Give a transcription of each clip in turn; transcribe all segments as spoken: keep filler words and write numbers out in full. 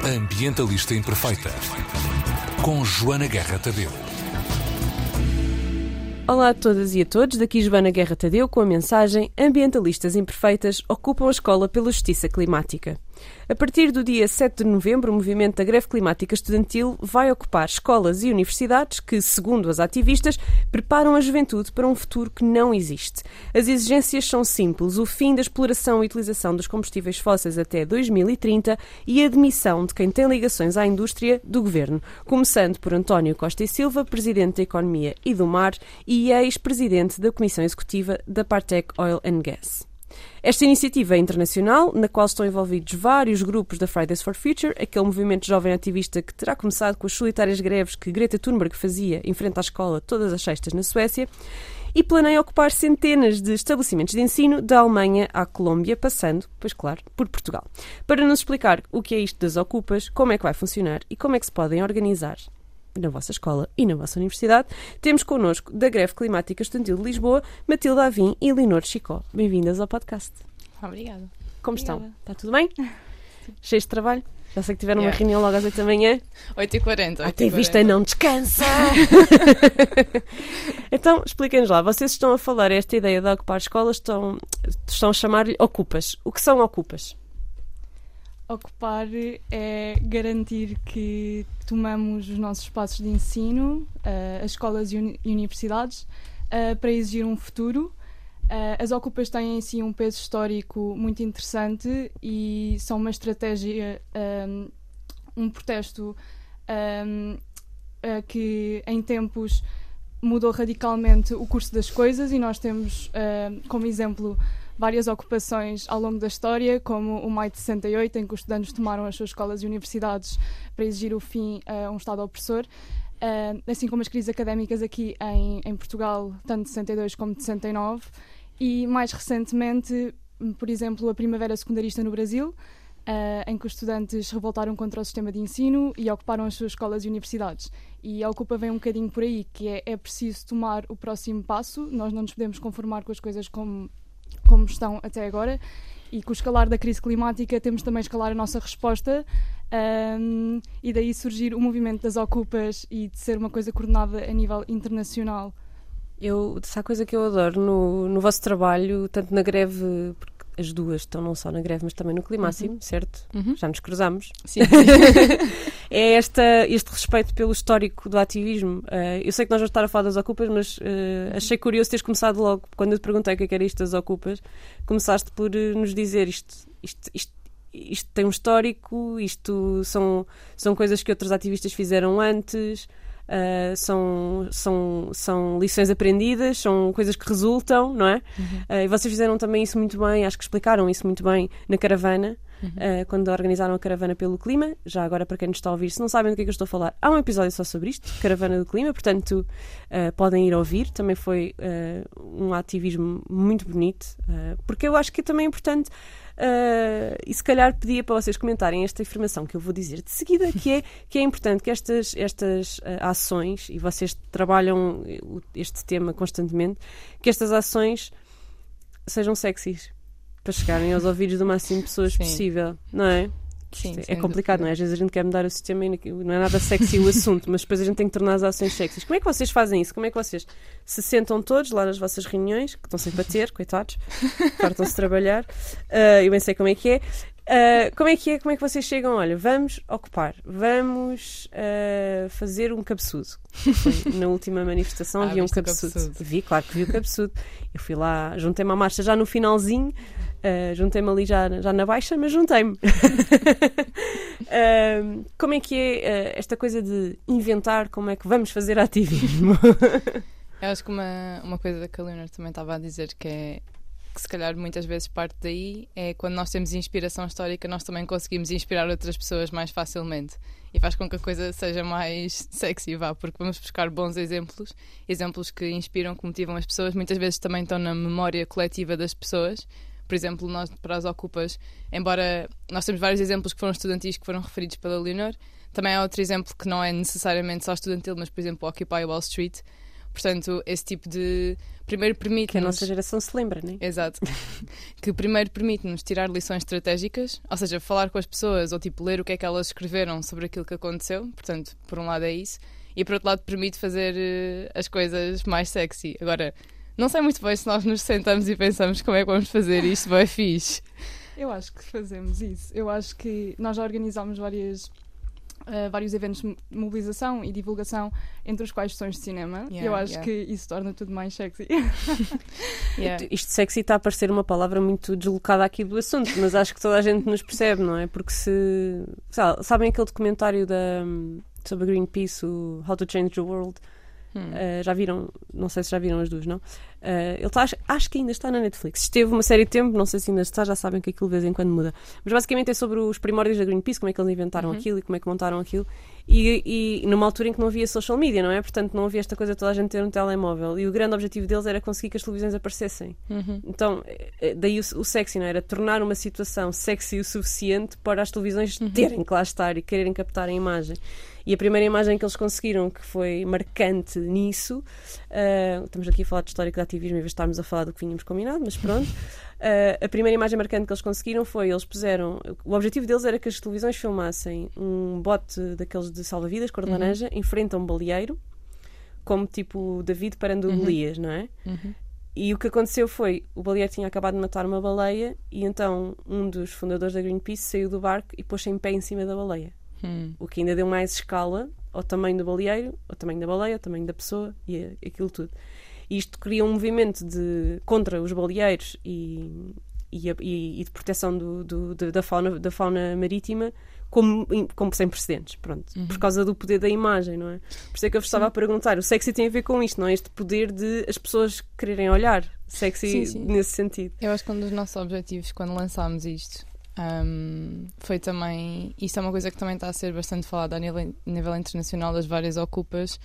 Ambientalista Imperfeita, com Joana Guerra Tadeu. Olá a todas e a todos, daqui Joana Guerra Tadeu com a mensagem Ambientalistas Imperfeitas ocupam a escola pela justiça climática. A partir do dia sete de novembro, o movimento da greve climática estudantil vai ocupar escolas e universidades que, segundo as ativistas, preparam a juventude para um futuro que não existe. As exigências são simples: o fim da exploração e utilização dos combustíveis fósseis até dois mil e trinta e a demissão de quem tem ligações à indústria do governo, começando por António Costa e Silva, Presidente da Economia e do Mar e ex-Presidente da Comissão Executiva da Partec Oil and Gas. Esta iniciativa é internacional, na qual estão envolvidos vários grupos da Fridays for Future, aquele movimento jovem ativista que terá começado com as solitárias greves que Greta Thunberg fazia em frente à escola todas as sextas na Suécia, e planeia ocupar centenas de estabelecimentos de ensino da Alemanha à Colômbia, passando, pois claro, por Portugal. Para nos explicar o que é isto das ocupas, como é que vai funcionar e como é que se podem organizar na vossa escola e na vossa universidade, temos connosco, da Greve Climática Estudantil de Lisboa, Matilde Avim e Leonor Chicó. Bem-vindas ao podcast. Obrigada. Como Obrigada. estão? Está tudo bem? Cheios de trabalho? Já sei que tiveram Yeah. uma reunião logo às oito da manhã. oito e quarenta. A ativista não descansa! Então, expliquem-nos lá. Vocês estão a falar esta ideia de ocupar escolas, estão, estão a chamar-lhe ocupas. O que são ocupas? Ocupar é garantir que tomamos os nossos espaços de ensino, uh, as escolas e uni- universidades, uh, para exigir um futuro. Uh, as ocupas têm em si um peso histórico muito interessante e são uma estratégia, um, um protesto um, uh, que em tempos mudou radicalmente o curso das coisas, e nós temos uh, como exemplo várias ocupações ao longo da história, como o Maio de sessenta e oito, em que os estudantes tomaram as suas escolas e universidades para exigir o fim a um Estado opressor, uh, assim como as crises académicas aqui em, em Portugal, tanto de sessenta e dois como de sessenta e nove, e mais recentemente, por exemplo, a Primavera Secundarista no Brasil, uh, em que os estudantes revoltaram contra o sistema de ensino e ocuparam as suas escolas e universidades. E a Ocupa vem um bocadinho por aí, que é, é preciso tomar o próximo passo. Nós não nos podemos conformar com as coisas como como estão até agora, e com o escalar da crise climática temos também escalar a nossa resposta, um, e daí surgir o movimento das ocupas e de ser uma coisa coordenada a nível internacional. Eu, essa coisa que eu adoro no, no vosso trabalho, tanto na greve, porque as duas estão não só na greve, mas também no Climáximo, Uhum. certo? Uhum. Já nos cruzamos. Sim. É esta, este respeito pelo histórico do ativismo. Uh, eu sei que nós vamos estar a falar das ocupas, mas uh, achei curioso teres começado logo, quando eu te perguntei o que era isto das ocupas, começaste por uh, nos dizer isto, isto, isto, isto tem um histórico, isto são, são coisas que outros ativistas fizeram antes. Uh, são, são, são lições aprendidas, são coisas que resultam, não é? Uhum. Uh, e vocês fizeram também isso muito bem, acho que explicaram isso muito bem na caravana, Uhum. uh, quando organizaram a Caravana pelo Clima. Já agora, para quem nos está a ouvir, se não sabem do que é que eu estou a falar, há um episódio só sobre isto, Caravana do Clima, portanto uh, podem ir ouvir. Também foi uh, um ativismo muito bonito, uh, porque eu acho que também é importante. Uh, e se calhar pedia para vocês comentarem esta informação que eu vou dizer de seguida, que é, que é importante que estas, estas uh, ações, e vocês trabalham este tema constantemente, que estas ações sejam sexys, para chegarem aos ouvidos do máximo de pessoas Sim. possível, não é? Sim, É sem complicado, dúvida. não é? Às vezes a gente quer mudar o sistema e não é nada sexy o assunto, mas depois a gente tem que tornar as ações sexys. Como é que vocês fazem isso? Como é que vocês se sentam todos lá nas vossas reuniões, que estão sempre a ter, coitados, fartam-se de trabalhar, uh, eu bem sei como é que é. Uh, como é que é? Como é que vocês chegam? Olha, vamos ocupar, vamos uh, fazer um cabeçudo. Foi na última manifestação, Ah, havia um viste o cabeçudo. cabeçudo. Vi, claro que vi o cabeçudo. Eu fui lá, juntei-me à marcha já no finalzinho, uh, juntei-me ali já, já na baixa, mas juntei-me. uh, como é que é uh, esta coisa de inventar como é que vamos fazer ativismo? Eu acho que uma, uma coisa que a Leonor também estava a dizer, que é que se calhar muitas vezes parte daí, é quando nós temos inspiração histórica, nós também conseguimos inspirar outras pessoas mais facilmente, e faz com que a coisa seja mais sexy, vá, porque vamos buscar bons exemplos, exemplos que inspiram, que motivam as pessoas, muitas vezes também estão na memória coletiva das pessoas. Por exemplo, nós para as ocupas, embora nós temos vários exemplos que foram estudantis, que foram referidos pela Leonor, também há outro exemplo que não é necessariamente só estudantil, mas por exemplo o Occupy Wall Street, Portanto, esse tipo de... Primeiro permite-nos... Que a nossa geração se lembra, não é? Exato. Que primeiro permite-nos tirar lições estratégicas, ou seja, falar com as pessoas ou tipo ler o que é que elas escreveram sobre aquilo que aconteceu. Portanto, por um lado é isso. E por outro lado permite fazer uh, as coisas mais sexy. Agora, não sei muito bem se nós nos sentamos e pensamos como é que vamos fazer isto bem fixe. Eu acho que fazemos isso. Eu acho que nós já organizámos várias... Uh, vários eventos de mobilização e divulgação, entre os quais sessões de cinema. Yeah, eu acho yeah. que isso torna tudo mais sexy. Yeah. Isto sexy está a parecer uma palavra muito deslocada aqui do assunto, mas acho que toda a gente nos percebe, não é? Porque se... Sabe, sabem aquele documentário da, sobre a Greenpeace, o How to Change the World? Hum. Uh, já viram? Não sei se já viram as duas, não? Uh, ele tá, acho, acho que ainda está na Netflix. Esteve uma série de tempo, não sei se ainda está, já sabem que aquilo de vez em quando muda. Mas basicamente é sobre os primórdios da Greenpeace, como é que eles inventaram Uhum. aquilo e como é que montaram aquilo. E, e numa altura em que não havia social media, não é? Portanto, não havia esta coisa de toda a gente ter um telemóvel. E o grande objetivo deles era conseguir que as televisões aparecessem. Uhum. Então, daí o, o sexy, não é? Era tornar uma situação sexy o suficiente para as televisões Uhum. terem que lá estar e quererem captar a imagem. E a primeira imagem que eles conseguiram, que foi marcante nisso, uh, estamos aqui a falar de histórico de ativismo em vez de estarmos a falar do que vínhamos combinado, mas pronto. Uh, a primeira imagem marcante que eles conseguiram foi, eles puseram, o objetivo deles era que as televisões filmassem um bote daqueles de salva-vidas, cor de Uhum. laranja, em frente a um baleeiro, como tipo David parando Uhum. Golias, não é? Uhum. E o que aconteceu foi, o baleeiro tinha acabado de matar uma baleia e então um dos fundadores da Greenpeace saiu do barco e pôs-se em pé em cima da baleia. Hum. O que ainda deu mais escala ao tamanho do baleeiro, ao tamanho da baleia, ao tamanho da pessoa e a, aquilo tudo. E isto cria um movimento de, contra os baleeiros e, e, a, e, e de proteção do, do, da, fauna, da fauna marítima como, como sem precedentes, pronto. Uhum. Por causa do poder da imagem, não é? Por isso é que eu vos estava a perguntar, o sexy tem a ver com isto, não é? Este poder de as pessoas quererem olhar sexy Sim, sim. nesse sentido. Eu acho que um dos nossos objetivos quando lançámos isto um, foi também, isto é uma coisa que também está a ser bastante falada a nível, a nível internacional das várias ocupas,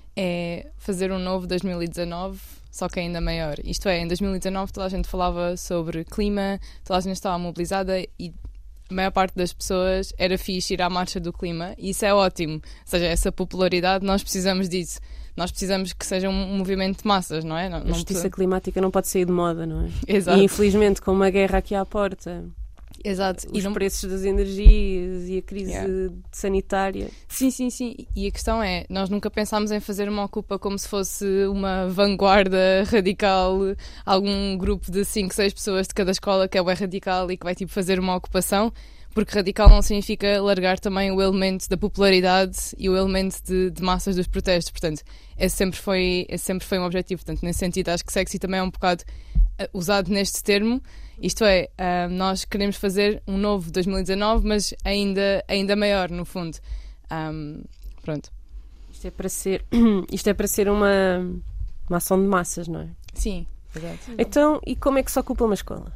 é fazer um novo dois mil e dezanove, só que ainda maior. Isto é, em dois mil e dezanove toda a gente falava sobre clima, toda a gente estava mobilizada e a maior parte das pessoas era fixe ir à marcha do clima e isso é ótimo. Ou seja, essa popularidade, nós precisamos disso. Nós precisamos que seja um movimento de massas, não é? Não, A não justiça precisa... climática não pode sair de moda, não é? Exato. E infelizmente com uma guerra aqui à porta, Exato. os E não... preços das energias e a crise Yeah. sanitária. Sim, sim, sim. E a questão é, nós nunca pensámos em fazer uma ocupa como se fosse uma vanguarda radical, algum grupo de cinco, seis pessoas de cada escola que é bem radical e que vai tipo fazer uma ocupação, porque radical não significa largar também o elemento da popularidade e o elemento de, de massas dos protestos. Portanto, esse sempre foi, esse sempre foi um objetivo. Portanto, nesse sentido, acho que sexy também é um bocado uh, usado neste termo. Isto é, uh, nós queremos fazer um novo dois mil e dezanove, mas ainda, ainda maior, no fundo. Um, pronto. Isto é para ser, isto é para ser uma, uma ação de massas, não é? Sim, exato. Então, e como é que se ocupa uma escola?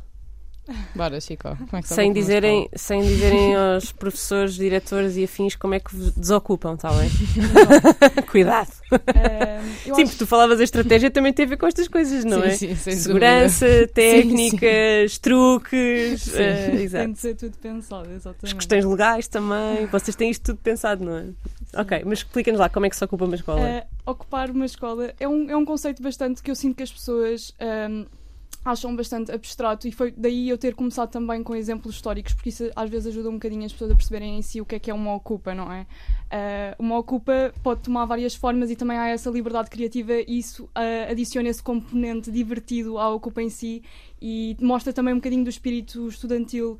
Bora, Chico. Como é que se Sem ocupa uma dizerem, escola? sem dizerem aos professores, diretores e afins como é que vos desocupam, está bem? Cuidado. Um, eu Sim, acho porque tu falavas a estratégia também tem a ver com estas coisas, não sim, é? sim, sem Segurança, dúvida. técnicas, truques, Sim. eh, que tem exato. de ser tudo pensado, exatamente. As questões legais também, vocês têm isto tudo pensado, não é? Ok, mas explica-nos lá como é que se ocupa uma escola. Uh, ocupar uma escola é um, é um conceito bastante que eu sinto que as pessoas um, acham bastante abstrato e foi daí eu ter começado também com exemplos históricos, porque isso às vezes ajuda um bocadinho as pessoas a perceberem em si o que é que é uma ocupa, não é? Uh, uma ocupa pode tomar várias formas e também há essa liberdade criativa e isso uh, adiciona esse componente divertido à ocupa em si e mostra também um bocadinho do espírito estudantil,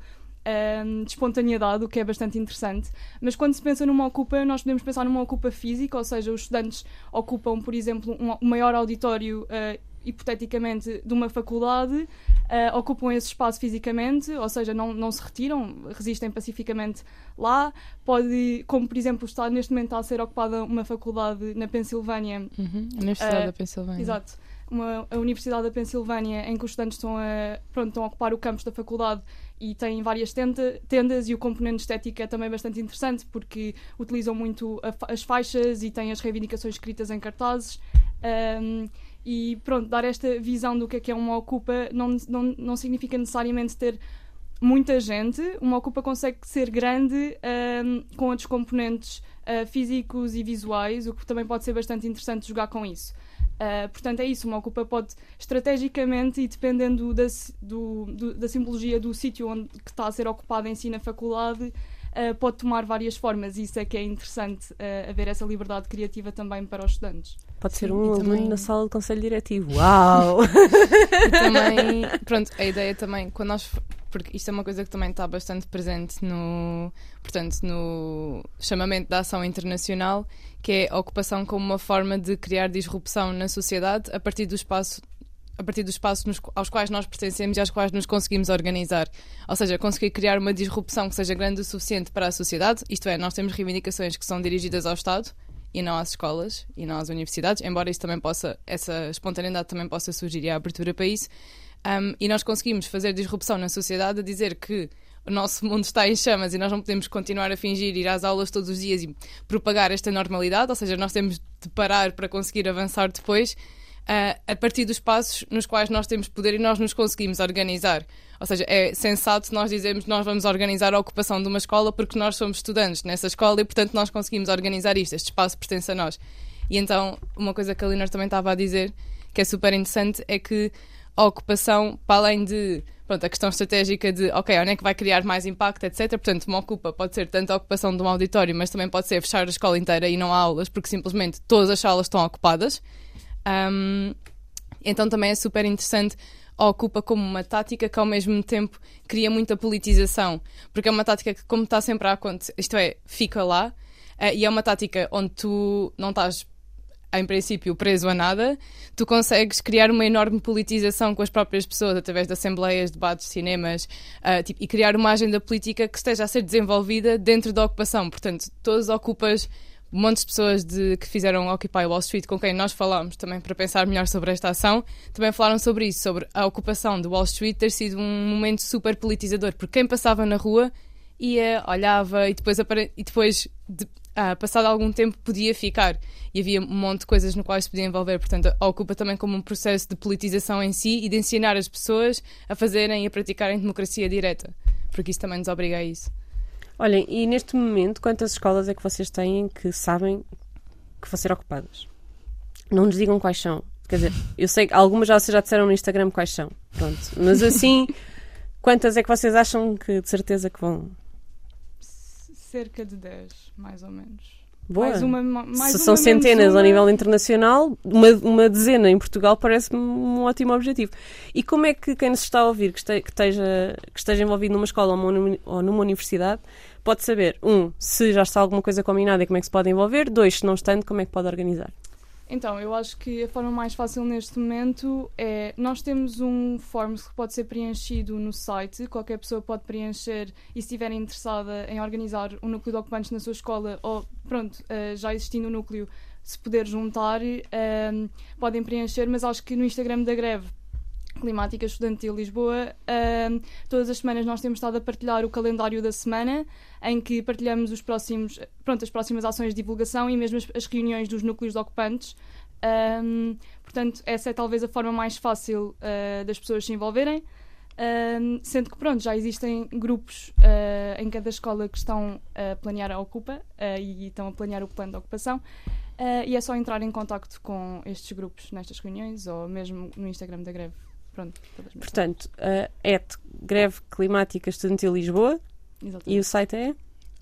Um, de espontaneidade, o que é bastante interessante. Mas quando se pensa numa ocupa, nós podemos pensar numa ocupa física, ou seja, os estudantes ocupam, por exemplo, um, um maior auditório, uh, hipoteticamente, de uma faculdade, uh, ocupam esse espaço fisicamente, ou seja, não, não se retiram, resistem pacificamente lá. Pode, como por exemplo, está, neste momento está a ser ocupada uma faculdade na Pensilvânia. Uhum. Universidade Uh, da Pensilvânia. Exato. Uma, a Universidade da Pensilvânia, em que os estudantes estão a, pronto, estão a ocupar o campus da faculdade e têm várias tenda, tendas e o componente estético é também bastante interessante porque utilizam muito a, as faixas e têm as reivindicações escritas em cartazes. Um, e pronto, dar esta visão do que é que é uma ocupa não, não, não significa necessariamente ter muita gente. Uma ocupa consegue ser grande um, com outros componentes uh, físicos e visuais, o que também pode ser bastante interessante jogar com isso. Uh, portanto, é isso, uma ocupa pode, estrategicamente e dependendo da, do, do, da simbologia do sítio onde que está a ser ocupado em si na faculdade, uh, pode tomar várias formas, e isso é que é interessante, uh, haver essa liberdade criativa também para os estudantes. Pode ser Sim, um e aluno também- na sala de conselho diretivo. Uau! E também, pronto, a ideia também, quando nós, porque isto é uma coisa que também está bastante presente no, portanto, no chamamento da ação internacional, que é a ocupação como uma forma de criar disrupção na sociedade a partir do espaço, a partir dos espaços nos, aos quais nós pertencemos e aos quais nos conseguimos organizar. Ou seja, conseguir criar uma disrupção que seja grande o suficiente para a sociedade, isto é, nós temos reivindicações que são dirigidas ao Estado e não às escolas e não às universidades, embora isso também possa, essa espontaneidade também possa surgir e a abertura para isso. Um, e nós conseguimos fazer disrupção na sociedade a dizer que o nosso mundo está em chamas e nós não podemos continuar a fingir ir às aulas todos os dias e propagar esta normalidade, ou seja, nós temos de parar para conseguir avançar depois, uh, a partir dos passos nos quais nós temos poder e nós nos conseguimos organizar. Ou seja, é sensato nós dizermos que nós vamos organizar a ocupação de uma escola porque nós somos estudantes nessa escola e, portanto, nós conseguimos organizar isto, este espaço pertence a nós. E então, uma coisa que a Leonor também estava a dizer, que é super interessante, é que a ocupação, para além de, pronto, a questão estratégica de, ok, onde é que vai criar mais impacto, etcétera. Portanto, uma ocupa pode ser tanto a ocupação de um auditório, mas também pode ser fechar a escola inteira e não há aulas, porque simplesmente todas as salas estão ocupadas. Um, então também é super interessante a ocupa como uma tática que ao mesmo tempo cria muita politização, porque é uma tática que, como está sempre a acontecer, isto é, fica lá, uh, e é uma tática onde tu não estás em princípio preso a nada, tu consegues criar uma enorme politização com as próprias pessoas através de assembleias, debates, cinemas, uh, tipo, e criar uma agenda política que esteja a ser desenvolvida dentro da ocupação. Portanto, todas ocupas, montes de pessoas de, que fizeram Occupy Wall Street, com quem nós falámos também para pensar melhor sobre esta ação, também falaram sobre isso, sobre a ocupação de Wall Street ter sido um momento super politizador, porque quem passava na rua ia, olhava e depois, e depois de, ah, passado algum tempo podia ficar, e havia um monte de coisas no quais se podia envolver. Portanto, a ocupa também como um processo de politização em si e de ensinar as pessoas a fazerem e a praticarem democracia direta, porque isso também nos obriga a isso. Olhem, e neste momento, quantas escolas é que vocês têm que sabem que vão ser ocupadas? Não nos digam quais são. Quer dizer, eu sei que algumas já vocês já disseram no Instagram quais são. Pronto. Mas assim, quantas é que vocês acham que de certeza que vão? Cerca de dez, mais ou menos. Boa. Mais uma, mais Se uma, são centenas uma... ao nível internacional, uma, uma dezena em Portugal parece-me um ótimo objetivo. E como é que quem nos está a ouvir, que, este, que, esteja, que esteja envolvido numa escola ou numa, ou numa universidade, pode saber, um, se já está alguma coisa combinada e como é que se pode envolver, dois, se não estando, como é que pode organizar? Então, eu acho que a forma mais fácil neste momento é... Nós temos um form que pode ser preenchido no site. Qualquer pessoa pode preencher e, se estiver interessada em organizar um núcleo de ocupantes na sua escola ou, pronto, uh, já existindo um núcleo, se puder juntar, uh, podem preencher. Mas acho que no Instagram da Greve Climática Estudantil Lisboa, uh, todas as semanas nós temos estado a partilhar o calendário da semana, em que partilhamos os próximos, pronto, as próximas ações de divulgação e mesmo as, as reuniões dos núcleos de ocupantes. Um, portanto, essa é talvez a forma mais fácil uh, das pessoas se envolverem, um, sendo que pronto, já existem grupos uh, em cada escola que estão a planear a ocupa uh, e estão a planear o plano de ocupação, uh, e é só entrar em contacto com estes grupos nestas reuniões ou mesmo no Instagram da Greve. Pronto, portanto, uh, é Greve Climática Estudantil Lisboa. Exatamente. E o site é?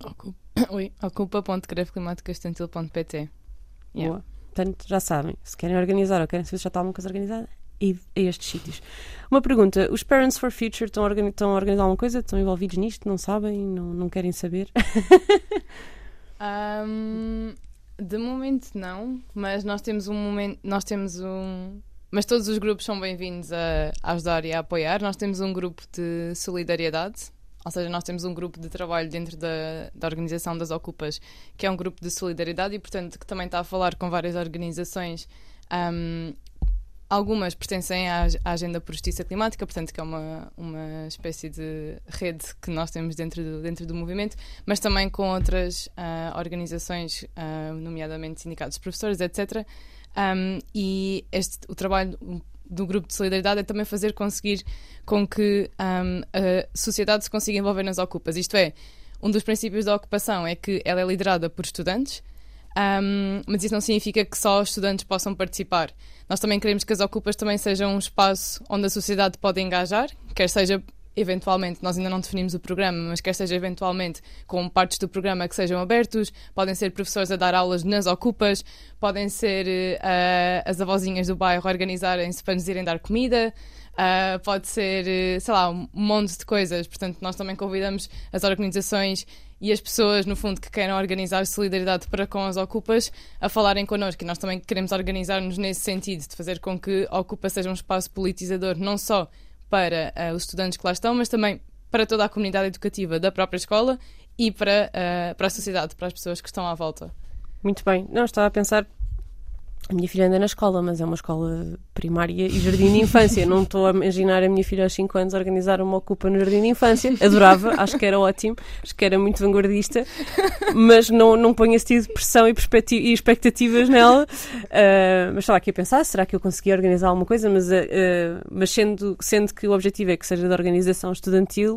ocupa ponto greve climática estudantil ponto p t. Yeah. Boa. Portanto, já sabem, se querem organizar ou querem saber se já está alguma coisa organizada, e a estes sítios. Uma pergunta, os Parents for Future estão a, organi- estão a organizar alguma coisa? Estão envolvidos nisto? Não sabem? Não, não querem saber? um, de momento não, mas nós temos um momento, nós temos um... Mas todos os grupos são bem-vindos a, a ajudar e a apoiar. Nós temos um grupo de solidariedade, ou seja, nós temos um grupo de trabalho dentro da, da organização das Ocupas, que é um grupo de solidariedade e, portanto, que também está a falar com várias organizações. Um, algumas pertencem à, à Agenda por Justiça Climática, portanto, que é uma, uma espécie de rede que nós temos dentro do, dentro do movimento, mas também com outras uh, organizações, uh, nomeadamente sindicatos de professores, etcétera. Um, e este, o trabalho do grupo de solidariedade é também fazer conseguir com que um, a sociedade se consiga envolver nas ocupas. Isto é, um dos princípios da ocupação é que ela é liderada por estudantes Um, mas isso não significa que só os estudantes possam participar. Nós também queremos que as Ocupas também sejam um espaço onde a sociedade pode engajar, quer seja eventualmente, nós ainda não definimos o programa, mas quer seja eventualmente com partes do programa que sejam abertos, podem ser professores a dar aulas nas Ocupas, podem ser uh, as avózinhas do bairro organizarem-se para nos irem dar comida, uh, pode ser, uh, sei lá, um monte de coisas. Portanto, nós também convidamos as organizações e as pessoas, no fundo, que queiram organizar solidariedade para com as Ocupas a falarem connosco, e nós também queremos organizar-nos nesse sentido, de fazer com que a Ocupa seja um espaço politizador, não só para uh, os estudantes que lá estão, mas também para toda a comunidade educativa da própria escola e para, uh, para a sociedade, para as pessoas que estão à volta. Muito bem. Não, estava a pensar, a minha filha anda na escola, mas é uma escola primária e jardim de infância. Não estou a imaginar a minha filha aos cinco anos organizar uma Ocupa no jardim de infância. Adorava, acho que era ótimo, acho que era muito vanguardista, mas não, não ponho esse tipo de pressão e, e expectativas nela. Uh, mas estava aqui a pensar, será que eu conseguia organizar alguma coisa? Mas, uh, mas sendo, sendo que o objetivo é que seja de organização estudantil,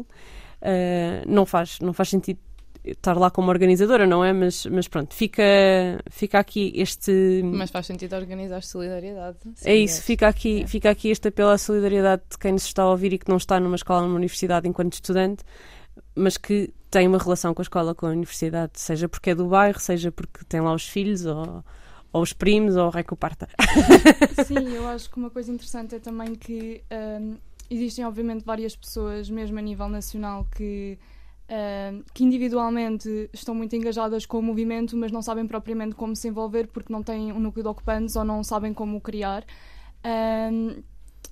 uh, não faz, não faz sentido estar lá como organizadora, não é? Mas, mas pronto, fica, fica aqui este... Mas faz sentido organizar solidariedade. É isso, fica aqui, é. fica aqui este apelo à solidariedade de quem nos está a ouvir e que não está numa escola, numa universidade enquanto estudante, mas que tem uma relação com a escola, com a universidade, seja porque é do bairro, seja porque tem lá os filhos ou, ou os primos ou o rei que o parta. Sim, eu acho que uma coisa interessante é também que um, existem obviamente várias pessoas, mesmo a nível nacional, que Uh, que individualmente estão muito engajadas com o movimento, mas não sabem propriamente como se envolver porque não têm um núcleo de ocupantes ou não sabem como o criar. Uh,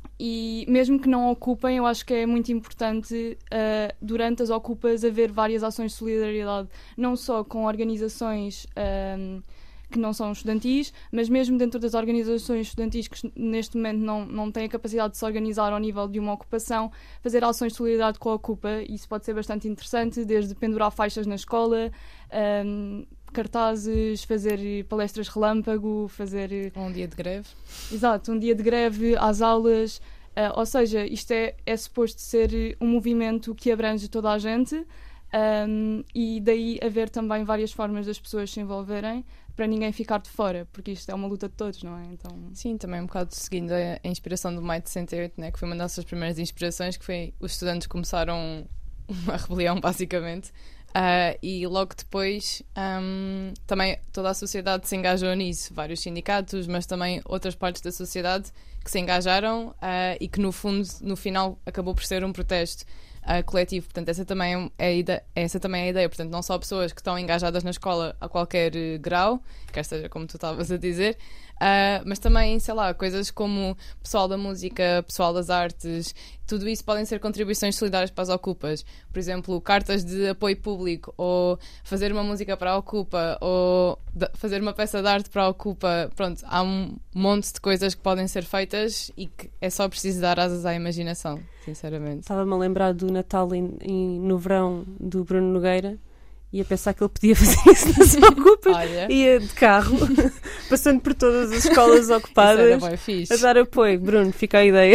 e mesmo que não ocupem, eu acho que é muito importante uh, durante as ocupas haver várias ações de solidariedade, não só com organizações uh, que não são estudantis, mas mesmo dentro das organizações estudantis que neste momento não, não têm a capacidade de se organizar ao nível de uma ocupação, fazer ações de solidariedade com a Ocupa. Isso pode ser bastante interessante, desde pendurar faixas na escola, um, cartazes, fazer palestras relâmpago, fazer... Um dia de greve. Exato, um dia de greve às aulas. Uh, ou seja, isto é, é suposto ser um movimento que abrange toda a gente, um, e daí haver também várias formas das pessoas se envolverem, para ninguém ficar de fora, porque isto é uma luta de todos, não é? Então... Sim, também um bocado seguindo a, a inspiração do Maio de sessenta e oito, né, que foi uma das nossas primeiras inspirações, que foi os estudantes começaram uma rebelião, basicamente, uh, e logo depois um, também toda a sociedade se engajou nisso, vários sindicatos, mas também outras partes da sociedade que se engajaram uh, e que no fundo, no final, acabou por ser um protesto Uh, coletivo. Portanto, essa também é a ideia, essa também é a ideia. Portanto, não só pessoas que estão engajadas na escola a qualquer uh, grau, quer seja como tu estavas a dizer, uh, mas também, sei lá, coisas como pessoal da música, pessoal das artes, tudo isso podem ser contribuições solidárias para as Ocupas. Por exemplo, cartas de apoio público, ou fazer uma música para a Ocupa, ou fazer uma peça de arte para a Ocupa. Pronto, há um monte de coisas que podem ser feitas e que é só preciso dar asas à imaginação, sinceramente. Estava-me a lembrar do Natal em, em, no verão do Bruno Nogueira e a pensar que ele podia fazer isso nas Ocupas. Ia de carro, passando por todas as escolas ocupadas, a dar apoio. Bruno, fica a ideia.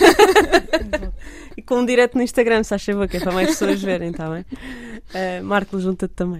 E com um direto no Instagram, se acha boa, que é para mais pessoas verem, está bem? Uh, Marco, junta-te também.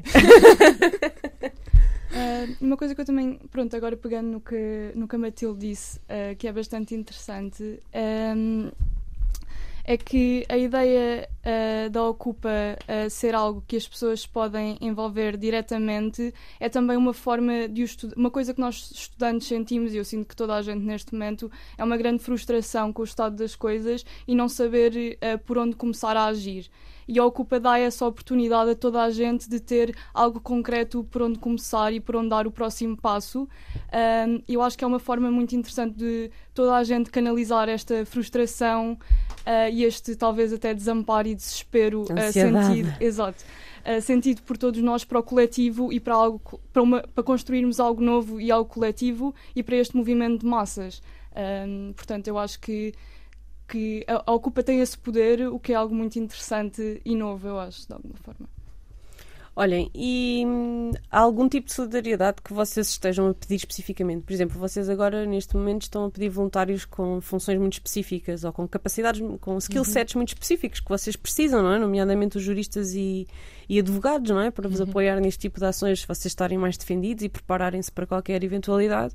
Uh, uma coisa que eu também, pronto, agora pegando no que, no que a Matilde disse, uh, que é bastante interessante, um, é que a ideia uh, da Ocupa uh, ser algo que as pessoas podem envolver diretamente é também uma forma de estu- uma coisa que nós estudantes sentimos, e eu sinto que toda a gente neste momento, é uma grande frustração com o estado das coisas e não saber uh, por onde começar a agir. E a Ocupa dá essa oportunidade a toda a gente de ter algo concreto por onde começar e por onde dar o próximo passo. Um, eu acho que é uma forma muito interessante de toda a gente canalizar esta frustração uh, e este talvez até desamparo e desespero uh, sentido, exato, uh, sentido por todos nós para o coletivo e para, algo, para, uma, para construirmos algo novo e algo coletivo e para este movimento de massas. Um, portanto, eu acho que que a Ocupa tem esse poder, o que é algo muito interessante e novo, eu acho, de alguma forma. Olhem, e hum, há algum tipo de solidariedade que vocês estejam a pedir especificamente? Por exemplo, vocês agora, neste momento, estão a pedir voluntários com funções muito específicas ou com capacidades, com skill sets uhum. muito específicos que vocês precisam, não é? Nomeadamente os juristas e, e advogados, não é? Para vos uhum. apoiar neste tipo de ações, vocês estarem mais defendidos e prepararem-se para qualquer eventualidade.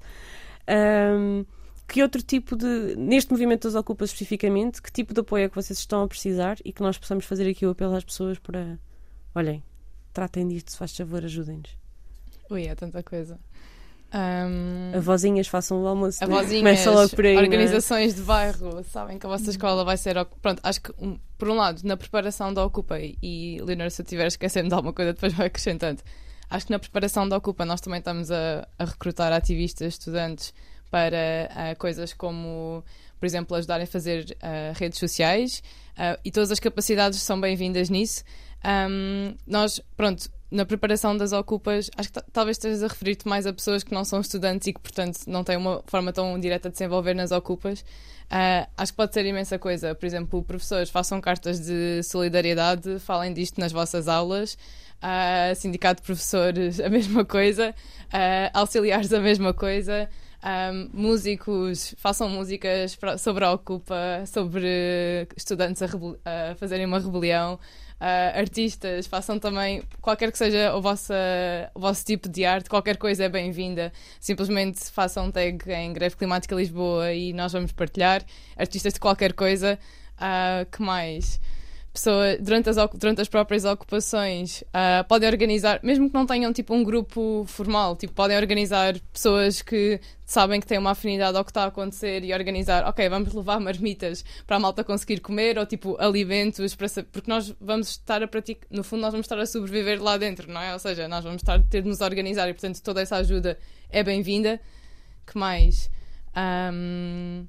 Um, que outro tipo de... Neste movimento das Ocupas especificamente, que tipo de apoio é que vocês estão a precisar e que nós possamos fazer aqui o apelo às pessoas para... Olhem, tratem disto, se faz favor, ajudem-nos. Ui, é tanta coisa. Um... Avózinhas, façam o almoço. Avózinhas, começa logo por aí, organizações de bairro, sabem que a vossa escola vai ser... Pronto, acho que, um, por um lado, na preparação da Ocupa, e Leonor, se eu tiver esquecendo de alguma coisa, depois vai acrescentando. Acho que na preparação da Ocupa nós também estamos a, a recrutar ativistas, estudantes, para uh, coisas como, por exemplo, ajudarem a fazer uh, redes sociais, uh, e todas as capacidades são bem-vindas nisso. Um, nós, pronto, na preparação das Ocupas, acho que t- talvez estejas a referir-te mais a pessoas que não são estudantes e que, portanto, não têm uma forma tão direta de se envolver nas Ocupas. Uh, acho que pode ser imensa coisa. Por exemplo, professores, façam cartas de solidariedade, falem disto nas vossas aulas. Uh, sindicato de professores, a mesma coisa. Uh, auxiliares, a mesma coisa. Um, músicos, façam músicas pra, sobre a Ocupa, sobre estudantes a, rebel- a fazerem uma rebelião. Uh, artistas, façam também qualquer que seja o vosso, o vosso tipo de arte, qualquer coisa é bem-vinda. Simplesmente façam um tag em Greve Climática Lisboa e nós vamos partilhar. Artistas de qualquer coisa. Uh, que mais? Pessoas, durante, as, durante as próprias ocupações, uh, podem organizar, mesmo que não tenham tipo um grupo formal, tipo, podem organizar pessoas que sabem que têm uma afinidade ao que está a acontecer e organizar, ok, vamos levar marmitas para a malta conseguir comer, ou tipo alimentos, para, porque nós vamos estar a praticar, no fundo nós vamos estar a sobreviver lá dentro, não é? Ou seja, nós vamos estar a ter de nos organizar e portanto toda essa ajuda é bem-vinda. Que mais? Um...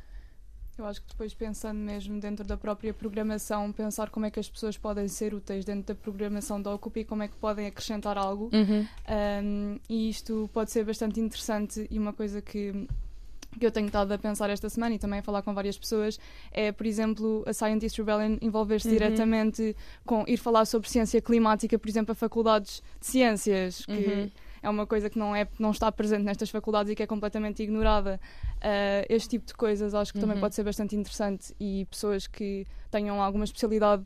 Eu acho que depois, pensando mesmo dentro da própria programação, pensar como é que as pessoas podem ser úteis dentro da programação da Ocupa e como é que podem acrescentar algo. Uhum. Um, e isto pode ser bastante interessante, e uma coisa que, que eu tenho estado a pensar esta semana e também a falar com várias pessoas é, por exemplo, a Scientist Rebellion envolver-se uhum. diretamente com ir falar sobre ciência climática, por exemplo, a faculdades de ciências, que Uhum. é uma coisa que não, é, não está presente nestas faculdades e que é completamente ignorada. Uh, este tipo de coisas acho que uhum. também pode ser bastante interessante, e pessoas que tenham alguma especialidade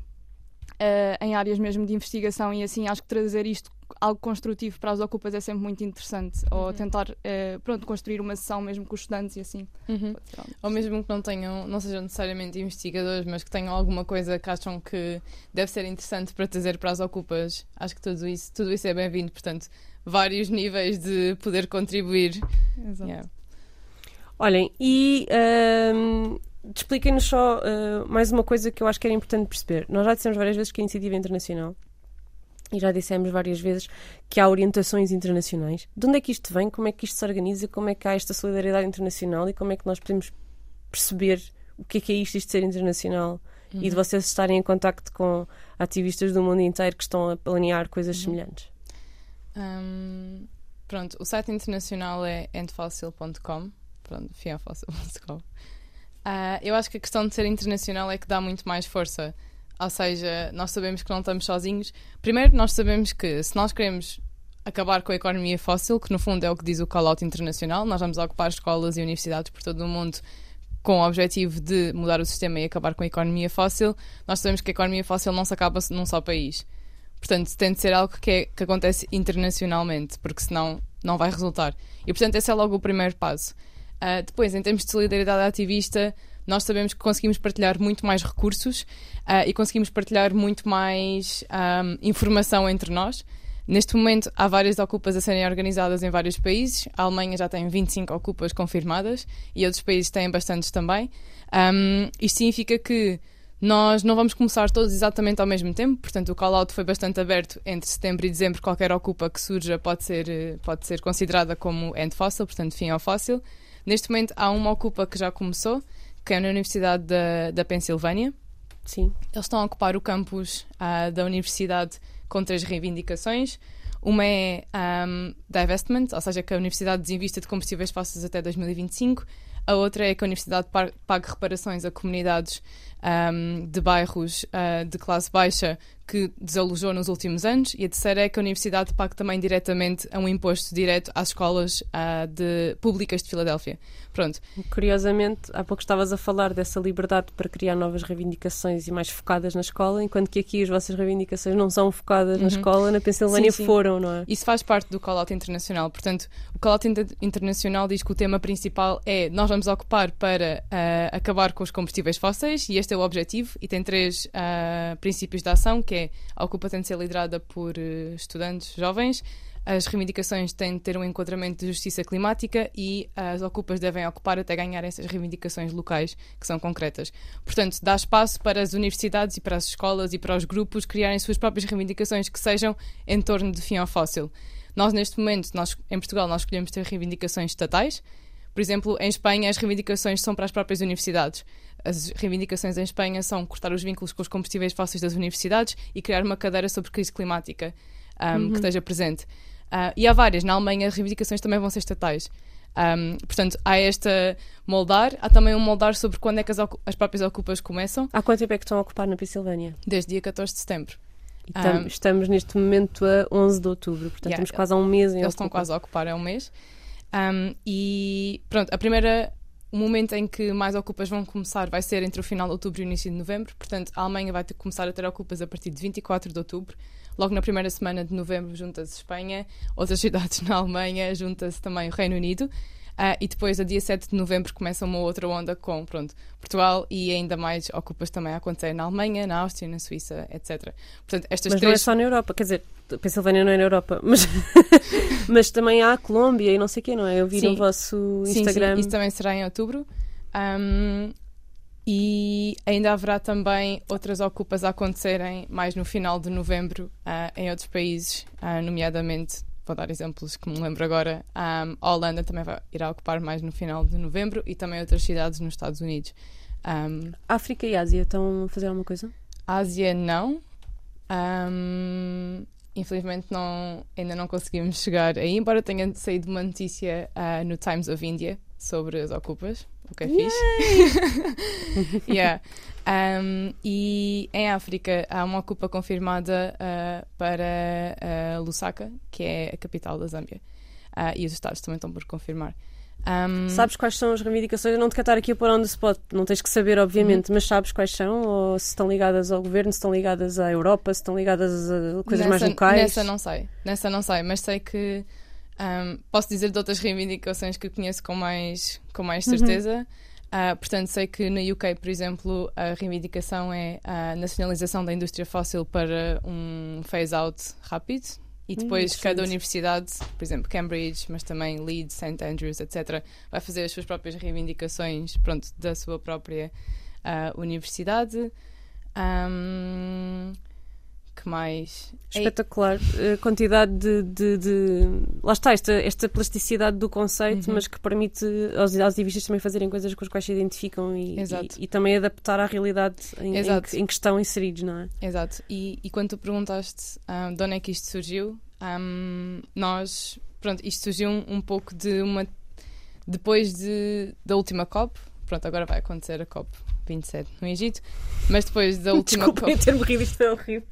uh, em áreas mesmo de investigação e assim, acho que trazer isto, algo construtivo para as Ocupas, é sempre muito interessante. Uhum. Ou tentar uh, pronto, construir uma sessão mesmo com os estudantes e assim. Uhum. Ou mesmo que não tenham, não sejam necessariamente investigadores, mas que tenham alguma coisa que acham que deve ser interessante para trazer para as Ocupas. Acho que tudo isso, tudo isso é bem-vindo, portanto, vários níveis de poder contribuir. Exato. Yeah. Olhem, e um, expliquem-nos só uh, mais uma coisa que eu acho que era importante perceber. Nós já dissemos várias vezes que a iniciativa é internacional e já dissemos várias vezes que há orientações internacionais. De onde é que isto vem? Como é que isto se organiza? Como é que há esta solidariedade internacional? E como é que nós podemos perceber o que é que é isto, isto de ser internacional? Uhum. E de vocês estarem em contacto com ativistas do mundo inteiro que estão a planear coisas uhum. semelhantes? Um, pronto, o site internacional é endfossil ponto com. Pronto, fiafossil ponto com. Uh, eu acho que a questão de ser internacional é que dá muito mais força. Ou seja, nós sabemos que não estamos sozinhos. Primeiro, nós sabemos que se nós queremos acabar com a economia fóssil, que no fundo é o que diz o call-out internacional, nós vamos ocupar escolas e universidades por todo o mundo com o objetivo de mudar o sistema e acabar com a economia fóssil. Nós sabemos que a economia fóssil não se acaba num só país. Portanto, tem de ser algo que, é, que acontece internacionalmente, porque senão não vai resultar. E, portanto, esse é logo o primeiro passo. Uh, depois, em termos de solidariedade ativista, nós sabemos que conseguimos partilhar muito mais recursos uh, e conseguimos partilhar muito mais um, informação entre nós. Neste momento, há várias Ocupas a serem organizadas em vários países. A Alemanha já tem vinte e cinco Ocupas confirmadas e outros países têm bastantes também. Um, isto significa que nós não vamos começar todos exatamente ao mesmo tempo, portanto o call-out foi bastante aberto entre setembro e dezembro. Qualquer Ocupa que surja pode ser, pode ser considerada como end fossil, portanto fim ao fóssil. Neste momento há uma Ocupa que já começou, que é na Universidade da, da Pensilvânia. Sim. Eles estão a ocupar o campus uh, da universidade com três reivindicações. Uma é um, divestment, ou seja, que a universidade desinvista de combustíveis fósseis até dois mil e vinte e cinco. A outra é que a universidade pague reparações a comunidades um, de bairros uh, de classe baixa que desalojou nos últimos anos, e a terceira é que a Universidade paga também diretamente a um imposto direto às escolas uh, de, públicas de Filadélfia. Pronto. Curiosamente, há pouco estavas a falar dessa liberdade para criar novas reivindicações e mais focadas na escola, enquanto que aqui as vossas reivindicações não são focadas uhum. na escola, na Pensilvânia sim, sim. foram, não é? Isso faz parte do Call-Out Internacional. Portanto, o Call-Out inter- Internacional diz que o tema principal é nós vamos ocupar para uh, acabar com os combustíveis fósseis, e este é o objetivo, e tem três uh, princípios de ação, que é a ocupa tem de ser liderada por uh, estudantes jovens, as reivindicações têm de ter um enquadramento de justiça climática e as ocupas devem ocupar até ganhar essas reivindicações locais que são concretas. Portanto, dá espaço para as universidades e para as escolas e para os grupos criarem suas próprias reivindicações que sejam em torno de fim ao fóssil. Nós, neste momento, nós, em Portugal, nós escolhemos ter reivindicações estatais. Por exemplo, em Espanha, as reivindicações são para as próprias universidades. As reivindicações em Espanha são cortar os vínculos com os combustíveis fósseis das universidades e criar uma cadeira sobre crise climática um, uhum. que esteja presente. Uh, e há várias. Na Alemanha, as reivindicações também vão ser estatais. Um, portanto, há esta moldar. Há também um moldar sobre quando é que as, as próprias ocupas começam. Há quanto tempo é que estão a ocupar na Pensilvânia? Desde dia catorze de setembro. E tam- um, estamos neste momento a onze de outubro. Portanto, yeah, estamos quase há um mês em Eles ocupa. estão quase a ocupar, é um mês. Um, e pronto, a primeira, o momento em que mais ocupas vão começar vai ser entre o final de outubro e o início de novembro. Portanto, a Alemanha vai ter, começar a ter ocupas a partir de vinte e quatro de outubro. Logo na primeira semana de novembro junta-se Espanha, outras cidades na Alemanha, junta-se também o Reino Unido. Uh, e depois, a dia sete de novembro, começa uma outra onda com pronto, Portugal, e ainda mais ocupas também a acontecer na Alemanha, na Áustria, na Suíça, etcétera. Portanto, estas mas três... não é só na Europa, quer dizer, a Pensilvânia não é na Europa, mas, mas também há a Colômbia e não sei o quê, não é? Eu vi sim. no vosso Instagram. Sim, sim, isso também será em outubro. Um, e ainda haverá também outras ocupas a acontecerem mais no final de novembro uh, em outros países, uh, nomeadamente... Vou dar exemplos que me lembro agora. Um, a Holanda também vai, irá ocupar mais no final de novembro e também outras cidades nos Estados Unidos. Um, África e Ásia estão a fazer alguma coisa? Ásia não. Um, infelizmente não, ainda não conseguimos chegar aí, embora tenha saído uma notícia uh, no Times of India sobre as ocupas, o que é fixe. yeah. Um, e em África há uma ocupa confirmada uh, para uh, Lusaka, que é a capital da Zâmbia. Uh, e os Estados também estão por confirmar. Um... Sabes quais são as reivindicações? Eu não te quero estar aqui a pôr on the spot, não tens que saber, obviamente, uhum. mas sabes quais são? Ou se estão ligadas ao governo, se estão ligadas à Europa, se estão ligadas a coisas nessa, mais locais? Nessa não sei, nessa não sei, mas sei que um, posso dizer de outras reivindicações que conheço com mais, com mais certeza. Uhum. Uh, portanto, sei que no U K, por exemplo, a reivindicação é a nacionalização da indústria fóssil para um phase-out rápido. E depois hum, cada universidade, por exemplo, Cambridge, mas também Leeds, Saint Andrews, etcétera, vai fazer as suas próprias reivindicações, pronto, da sua própria uh, universidade. Um, que mais? Espetacular. A quantidade de, de, de... Lá está, esta, esta plasticidade do conceito, uhum. mas que permite aos, aos ativistas também fazerem coisas com as quais se identificam e, e, e também adaptar à realidade em, em, que, em que estão inseridos, não é? Exato. E, e quando tu perguntaste um, de onde é que isto surgiu, um, nós... Pronto, isto surgiu um, um pouco de uma... Depois de, da última COP, pronto, agora vai acontecer a COP vinte e sete no Egito, mas depois da última Desculpa, COP... Desculpa, ter-me rido, isto foi horrível.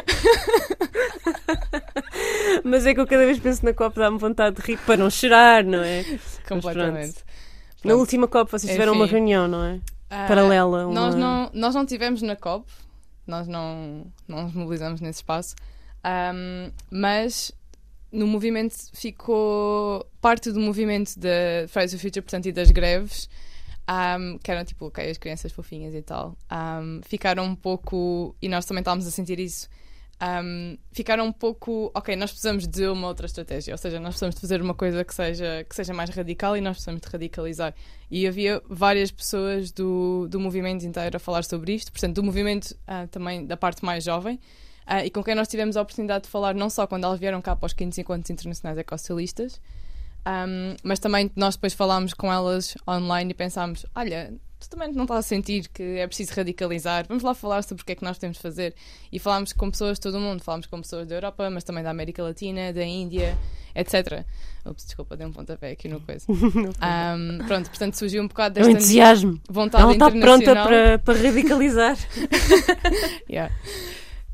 Mas é que eu cada vez penso na COP, dá-me vontade de rir para não chorar, não é? Completamente. Pronto. Na última COP vocês tiveram Enfim, uma reunião, não é? Uh, Paralela. Uma... Nós, não, nós não tivemos na COP, nós não, não nos mobilizamos nesse espaço, um, mas no movimento ficou... Parte do movimento da Fridays for Future, portanto, e das greves, Um, que eram tipo, ok, as crianças fofinhas e tal, um, ficaram um pouco, e nós também estávamos a sentir isso, um, ficaram um pouco, ok, nós precisamos de uma outra estratégia, ou seja, nós precisamos de fazer uma coisa que seja, que seja mais radical e nós precisamos de radicalizar. E havia várias pessoas do, do movimento inteiro a falar sobre isto, portanto, do movimento uh, também da parte mais jovem, uh, e com quem nós tivemos a oportunidade de falar não só quando elas vieram cá para os quintos Encontros Internacionais Ecossocialistas, Um, mas também nós depois falámos com elas online e pensámos, olha, tu também não estás a sentir que é preciso radicalizar, vamos lá falar sobre o que é que nós temos de fazer. E falámos com pessoas de todo o mundo, falámos com pessoas da Europa, mas também da América Latina, da Índia, etcétera. Ups, desculpa, dei um pontapé aqui no coisa. um, pronto, portanto surgiu um bocado desta é um entusiasmo. Vontade Ela internacional. Ela está pronta para, para radicalizar. yeah.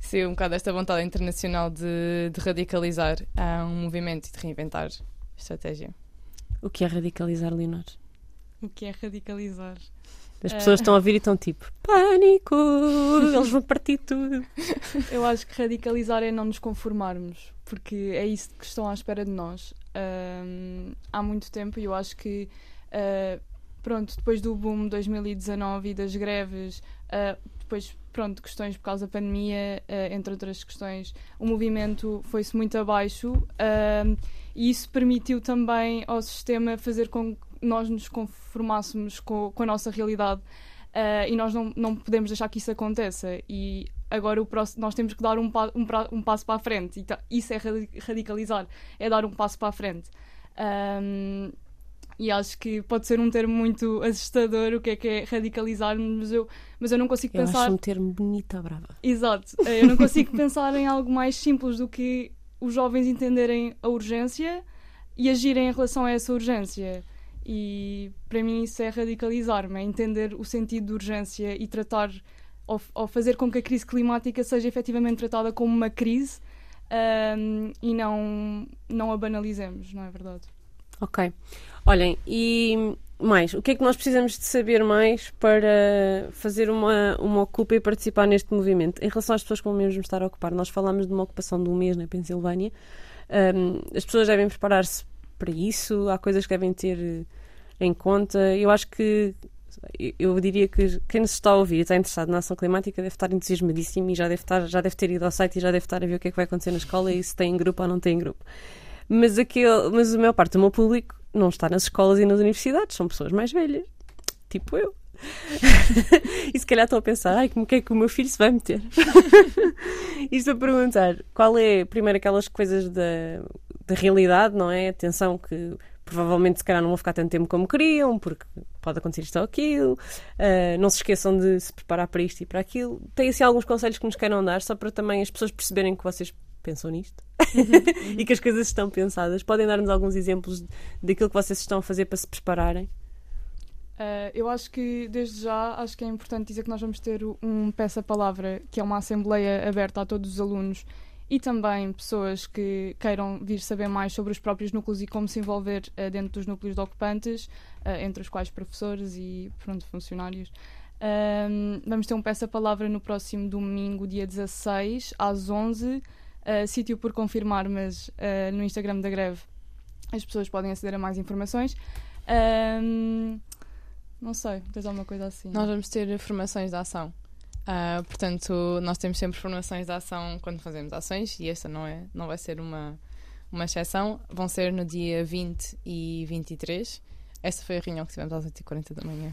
sim, um bocado esta vontade internacional de, de radicalizar uh, um movimento e de reinventar estratégia. O que é radicalizar, Leonor? O que é radicalizar? As pessoas uh... estão a ouvir e estão tipo, pânico, eles vão partir tudo. Eu acho que radicalizar é não nos conformarmos, porque é isso que estão à espera de nós. Um, há muito tempo, e eu acho que uh, pronto, depois do boom de dois mil e dezanove e das greves, uh, depois pronto, questões por causa da pandemia, uh, entre outras questões, o movimento foi-se muito abaixo, uh, e isso permitiu também ao sistema fazer com que nós nos conformássemos com, com a nossa realidade, uh, e nós não, não podemos deixar que isso aconteça. E agora o próximo, nós temos que dar um, pa, um, pra, um passo para a frente, e tá, isso é radicalizar, é dar um passo para a frente. Um, e acho que pode ser um termo muito assustador, o que é que é radicalizar, mas eu, mas eu não consigo eu pensar... acho um termo bonito à brava. Exato, eu não consigo pensar em algo mais simples do que os jovens entenderem a urgência e agirem em relação a essa urgência. E para mim isso é radicalizar-me, é entender o sentido de urgência e tratar, ou, ou fazer com que a crise climática seja efetivamente tratada como uma crise, um, e não, não a banalizemos, não é verdade? Ok. Olhem, e mais, o que é que nós precisamos de saber mais para fazer uma, uma ocupa e participar neste movimento? Em relação às pessoas que vão mesmo estar a ocupar, nós falámos de uma ocupação de um mês na Pensilvânia. Um, as pessoas devem preparar-se para isso, há coisas que devem ter em conta. Eu acho que, eu diria que quem nos está a ouvir e está interessado na ação climática deve estar entusiasmadíssimo e já deve, estar, já deve ter ido ao site e já deve estar a ver o que é que vai acontecer na escola e se tem grupo ou não tem grupo. Mas, aquele, mas a maior parte do meu público não está nas escolas e nas universidades, são pessoas mais velhas, tipo eu. E se calhar estão a pensar, ai, como que é que o meu filho se vai meter? Isto a perguntar, qual é, primeiro, aquelas coisas da, da realidade, não é? Atenção que provavelmente se calhar não vão ficar tanto tempo como queriam, porque pode acontecer isto ou aquilo. Uh, não se esqueçam de se preparar para isto e para aquilo. Tem assim alguns conselhos que nos queiram dar, só para também as pessoas perceberem que vocês pensam nisto uhum. E que as coisas estão pensadas. Podem dar-nos alguns exemplos daquilo que vocês estão a fazer para se prepararem? Uh, eu acho que, desde já, acho que é importante dizer que nós vamos ter um Peça-Palavra, que é uma assembleia aberta a todos os alunos e também pessoas que queiram vir saber mais sobre os próprios núcleos e como se envolver uh, dentro dos núcleos de ocupantes, uh, entre os quais professores e, pronto, funcionários. Um, vamos ter um Peça-Palavra no próximo domingo, dia dezasseis, às onze, uh, sítio por confirmar, mas uh, no Instagram da greve as pessoas podem aceder a mais informações. Um, não sei, tens alguma coisa assim? Nós vamos ter formações de ação. Uh, portanto, nós temos sempre formações de ação quando fazemos ações e esta não, é, não vai ser uma, uma exceção. Vão ser no dia vinte e vinte e três. Essa foi a reunião que tivemos às oito e quarenta da manhã.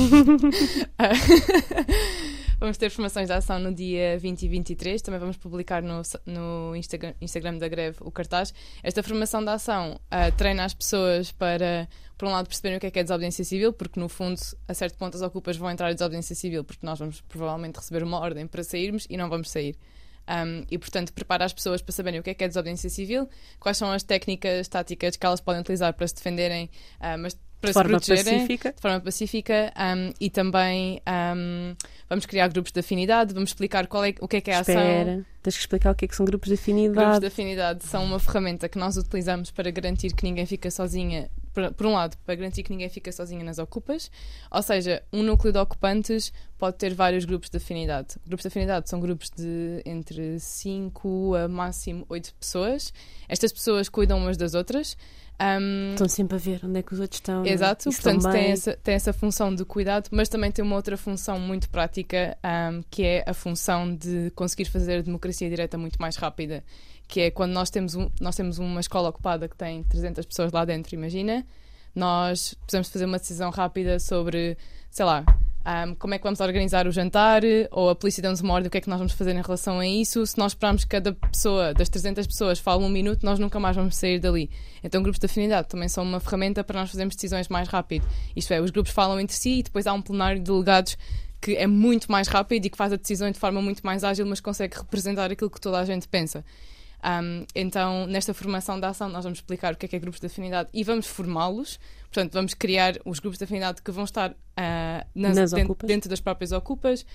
Vamos ter formações de ação no dia vinte e vinte e três. Também vamos publicar no, no Instagram, Instagram da greve o cartaz. Esta formação de ação uh, treina as pessoas para, por um lado, perceberem o que é que é desobediência civil, porque no fundo, a certo ponto, as ocupas vão entrar em desobediência civil, porque nós vamos provavelmente receber uma ordem para sairmos e não vamos sair. Um, e, portanto, prepara as pessoas para saberem o que é que é desobediência civil, quais são as técnicas, táticas que elas podem utilizar para se defenderem, uh, mas para de se forma protegerem pacífica. de forma pacífica, um, e também um, vamos criar grupos de afinidade, vamos explicar qual é, o que é que é a Espera, ação. tens que explicar o que é que são grupos de afinidade. Grupos de afinidade são uma ferramenta que nós utilizamos para garantir que ninguém fica sozinha, por, por um lado, para garantir que ninguém fica sozinha nas ocupas, ou seja, um núcleo de ocupantes pode ter vários grupos de afinidade. Grupos de afinidade são grupos de entre cinco a máximo oito pessoas. Estas pessoas cuidam umas das outras. Um, estão sempre a ver onde é que os outros estão. Exato, estão portanto bem. tem essa, tem essa função de cuidado, mas também tem uma outra função muito prática, um, que é a função de conseguir fazer a democracia direta muito mais rápida, que é quando nós temos, um, nós temos uma escola ocupada que tem trezentas pessoas lá dentro, imagina, nós precisamos fazer uma decisão rápida sobre, sei lá, Um, como é que vamos organizar o jantar, ou a polícia deu-nos uma ordem, o que é que nós vamos fazer em relação a isso. Se nós esperarmos que cada pessoa, das trezentas pessoas, fale um minuto, nós nunca mais vamos sair dali. Então grupos de afinidade também são uma ferramenta para nós fazermos decisões mais rápido. Isto é, os grupos falam entre si e depois há um plenário de delegados que é muito mais rápido e que faz a decisão de forma muito mais ágil, mas consegue representar aquilo que toda a gente pensa. Um, então, nesta formação de ação, nós vamos explicar o que é que é grupos de afinidade e vamos formá-los. Portanto, vamos criar os grupos de afinidade que vão estar uh, nas, nas dentro, ocupas. dentro das próprias ocupas.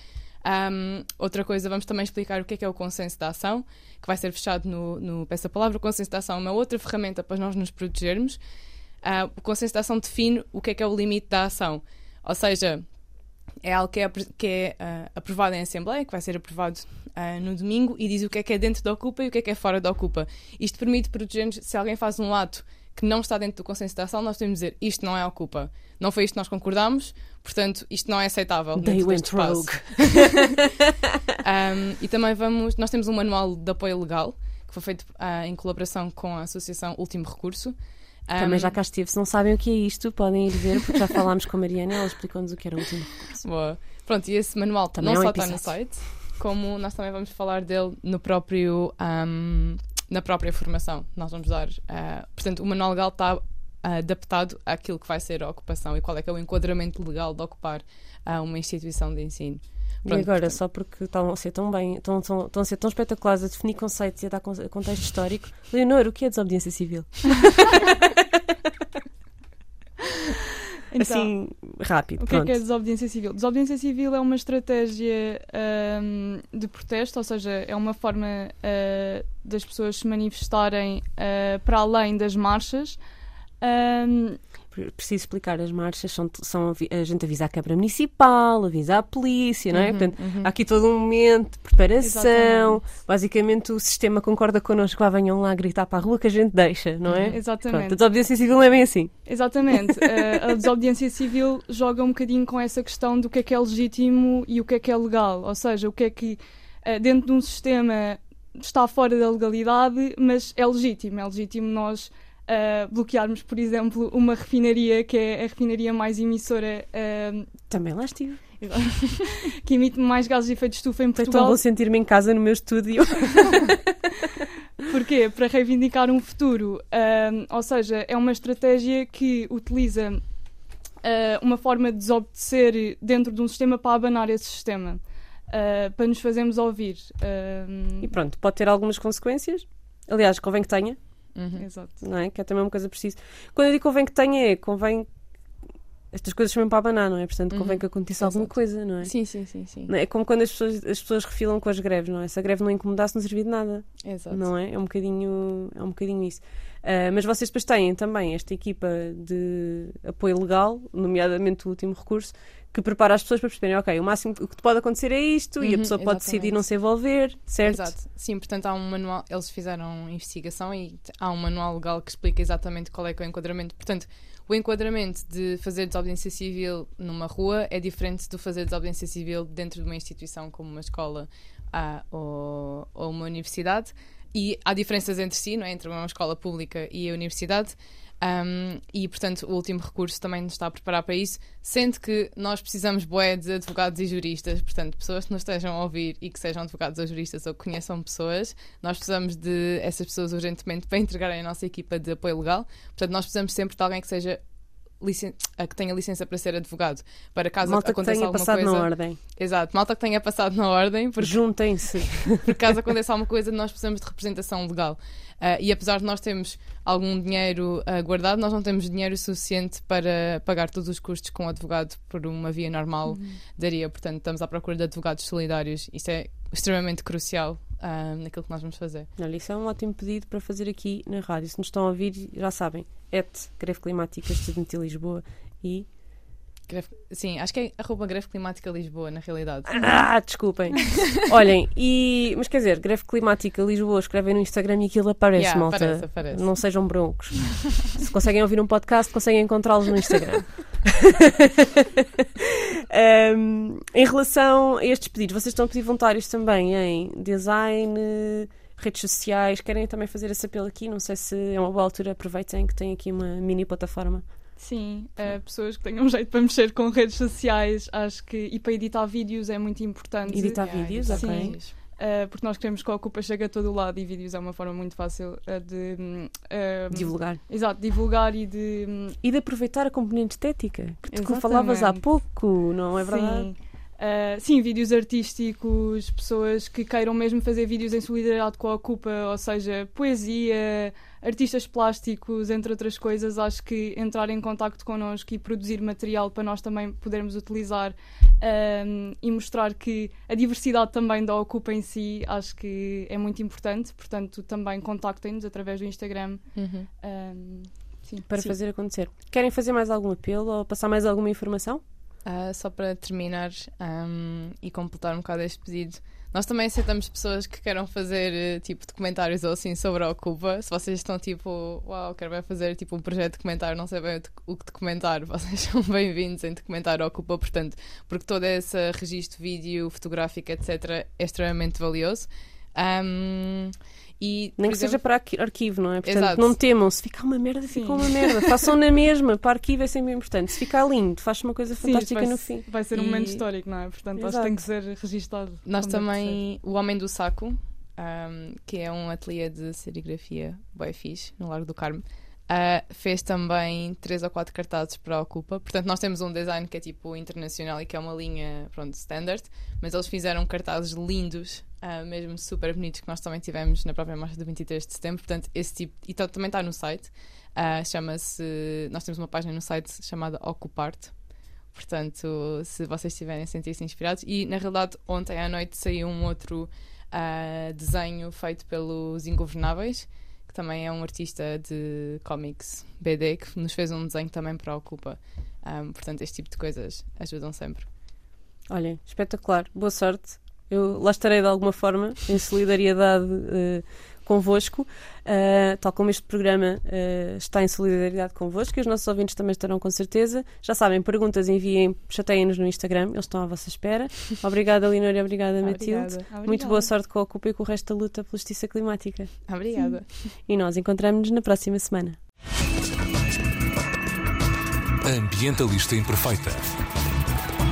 Um, outra coisa, vamos também explicar o que é que é o consenso da ação, que vai ser fechado no, no Peça Palavra. O consenso da ação é uma outra ferramenta para nós nos protegermos. Uh, o consenso da ação define o que é que é o limite da ação. Ou seja, é algo que é, que é uh, aprovado em Assembleia, que vai ser aprovado uh, no domingo, e diz o que é que é dentro da Ocupa e o que é que é fora da Ocupa. Isto permite proteger-nos. Se alguém faz um ato que não está dentro do consenso da ação, nós temos de dizer isto não é Ocupa. Não foi isto que nós concordámos, portanto, isto não é aceitável. They went rogue. um, e também vamos... Nós temos um manual de apoio legal, que foi feito uh, em colaboração com a Associação Último Recurso. Um, Também já cá estive. Se não sabem o que é isto, podem ir ver, porque já falámos com a Mariana e ela explicou-nos o que era o último recurso. Boa. Pronto, e esse manual também não é um só episódio. está no site, como nós também vamos falar dele no próprio, um, na própria formação. Nós vamos dar... Uh, portanto, o manual legal está adaptado àquilo que vai ser a ocupação e qual é que é o enquadramento legal de ocupar uh, uma instituição de ensino. Pronto, e agora, portanto... só porque estão a ser tão bem, estão, estão, estão a ser tão espetaculares a definir conceitos e a dar contexto histórico, Leonor, o que é desobediência civil? Então, assim, rápido. O que é que é desobediência civil? Desobediência civil é uma estratégia um, de protesto, ou seja, é uma forma uh, das pessoas se manifestarem uh, para além das marchas. Um, Preciso explicar, as marchas são, são a gente avisa a Câmara Municipal, avisa a polícia, não é? Uhum, Portanto, uhum. há aqui todo um momento de preparação. Exatamente. Basicamente o sistema concorda connosco que lá venham lá gritar para a rua que a gente deixa, não é? Exatamente. Pronto, a desobediência civil não é bem assim. Exatamente. uh, a desobediência civil joga um bocadinho com essa questão do que é que é legítimo e o que é que é legal. Ou seja, o que é que uh, dentro de um sistema está fora da legalidade, mas é legítimo. É legítimo nós Uh, bloquearmos, por exemplo, uma refinaria que é a refinaria mais emissora uh, também lá estive que emite mais gases de efeito de estufa em Então Portugal. vou sentir-me em casa no meu estúdio. Porquê? Para reivindicar um futuro, uh, ou seja, é uma estratégia que utiliza uh, uma forma de desobedecer dentro de um sistema para abanar esse sistema, uh, para nos fazermos ouvir. Uh, e pronto, pode ter algumas consequências, aliás, convém que tenha. Uhum. Exato. Não é? Que é também uma coisa precisa. Quando eu digo convém que tenha, é convém. Estas coisas chamam para abanar, não é? Portanto, convém uhum. que aconteça alguma Exato. coisa, não é? Sim, sim, sim, sim. Não é? É como quando as pessoas, as pessoas refilam com as greves, não é? Se a greve não incomodasse, não servia de nada. Exato. Não é? É um bocadinho, é um bocadinho isso. Uh, mas vocês depois têm também esta equipa de apoio legal, nomeadamente o último recurso, que prepara as pessoas para perceberem, ok, o máximo o que pode acontecer é isto, uhum, e a pessoa pode exatamente. decidir não se envolver, certo? Exato. Sim, portanto há um manual, eles fizeram investigação e há um manual legal que explica exatamente qual é que é o enquadramento. Portanto, o enquadramento de fazer desobediência civil numa rua é diferente do fazer desobediência civil dentro de uma instituição como uma escola ah, ou, ou uma universidade. E há diferenças entre si, não é? Entre uma escola pública e a universidade. Um, e, portanto, o último recurso também nos está a preparar para isso, sendo que nós precisamos bué de advogados e juristas, portanto, pessoas que nos estejam a ouvir e que sejam advogados ou juristas ou que conheçam pessoas, nós precisamos de essas pessoas urgentemente para integrarem a nossa equipa de apoio legal. Portanto, nós precisamos sempre de alguém que seja licen... que tenha licença para ser advogado, para caso malta aconteça que tenha alguma passado coisa... na ordem. Exato, malta que tenha passado na ordem, porque... Juntem-se. Por caso aconteça alguma coisa, nós precisamos de representação legal. Uh, e apesar de nós termos algum dinheiro uh, guardado, nós não temos dinheiro suficiente para pagar todos os custos que um advogado por uma via normal uhum. daria. Portanto, estamos à procura de advogados solidários. Isso é extremamente crucial uh, naquilo que nós vamos fazer. Olha, isso é um ótimo pedido para fazer aqui na rádio. Se nos estão a ouvir, já sabem, et Greve Climática Estudantil Lisboa e... Greve... Sim, acho que é arroba Greve Climática Lisboa, na realidade. Ah, desculpem. Olhem, e... mas quer dizer, Greve Climática Lisboa, escrevem no Instagram e aquilo aparece, yeah, malta. Aparece, aparece. Não sejam broncos. Se conseguem ouvir um podcast, conseguem encontrá-los no Instagram. um, em relação a estes pedidos, vocês estão a pedir voluntários também em design, redes sociais. Querem também fazer esse apelo aqui? Não sei se é uma boa altura, aproveitem que tem aqui uma mini plataforma. Sim, uh, pessoas que tenham jeito para mexer com redes sociais, acho que, e para editar vídeos é muito importante. Editar yeah, vídeos, sim, ok. Uh, porque nós queremos que a Ocupa chegue a todo o lado e vídeos é uma forma muito fácil uh, de uh, divulgar. Exato, divulgar e de... Um, e de aproveitar a componente estética, que tu falavas há pouco, não é verdade? Sim. Uh, sim, vídeos artísticos, pessoas que queiram mesmo fazer vídeos em solidariedade com a Ocupa, ou seja, poesia, artistas plásticos, entre outras coisas. Acho que entrar em contacto connosco e produzir material para nós também podermos utilizar um, e mostrar que a diversidade também da Ocupa em si, acho que é muito importante. Portanto, também contactem-nos através do Instagram. Uhum. Um, sim, para sim. fazer acontecer. Querem fazer mais algum apelo ou passar mais alguma informação? Uh, só para terminar um, e completar um bocado este pedido, nós também aceitamos pessoas que queiram fazer tipo documentários ou assim sobre a Ocupa. Se vocês estão tipo, uau, quero fazer tipo um projeto de documentário, não sei bem o que documentar, vocês são bem-vindos em documentar a Ocupa, portanto, porque todo esse registro vídeo, fotográfico, etcétera é extremamente valioso. Um, e, Nem que exemplo, seja para arquivo, não é? Portanto, exato. não temam, se ficar uma merda, fica uma merda. Façam na mesma, para arquivo é sempre importante. Se ficar lindo, faz uma coisa fantástica Sim, vai, no fim. Vai ser um E... momento histórico, não é? Portanto, Exato. acho que tem que ser registado. Nós também, o Homem do Saco, um, que é um ateliê de serigrafia bem fixe, no Largo do Carmo, uh, fez também três ou quatro cartazes para a Ocupa. Portanto, nós temos um design que é tipo internacional e que é uma linha, pronto, standard, mas eles fizeram cartazes lindos, uh, mesmo super bonitos, que nós também tivemos na própria marcha do vinte e três de setembro. Portanto, esse tipo, e t- também está no site, uh, chama-se, nós temos uma página no site chamada Ocuparte. Portanto, se vocês estiverem a sentir-se inspirados. E, na realidade, ontem à noite saiu um outro uh, desenho feito pelos Ingovernáveis, que também é um artista de cómics B D, que nos fez um desenho também para a Ocupa. Um, portanto, este tipo de coisas ajudam sempre. Olhem, espetacular. Boa sorte. Eu lá estarei de alguma forma, em solidariedade uh, convosco, uh, tal como este programa uh, está em solidariedade convosco, e os nossos ouvintes também estarão com certeza. Já sabem, perguntas enviem, chateiem-nos no Instagram, eles estão à vossa espera. Obrigada, Leonor, e obrigada, Matilde. Obrigada. Muito boa sorte com a Ocupa e com o resto da luta pela justiça climática. Obrigada. E nós encontramos-nos na próxima semana. Ambientalista Imperfeita.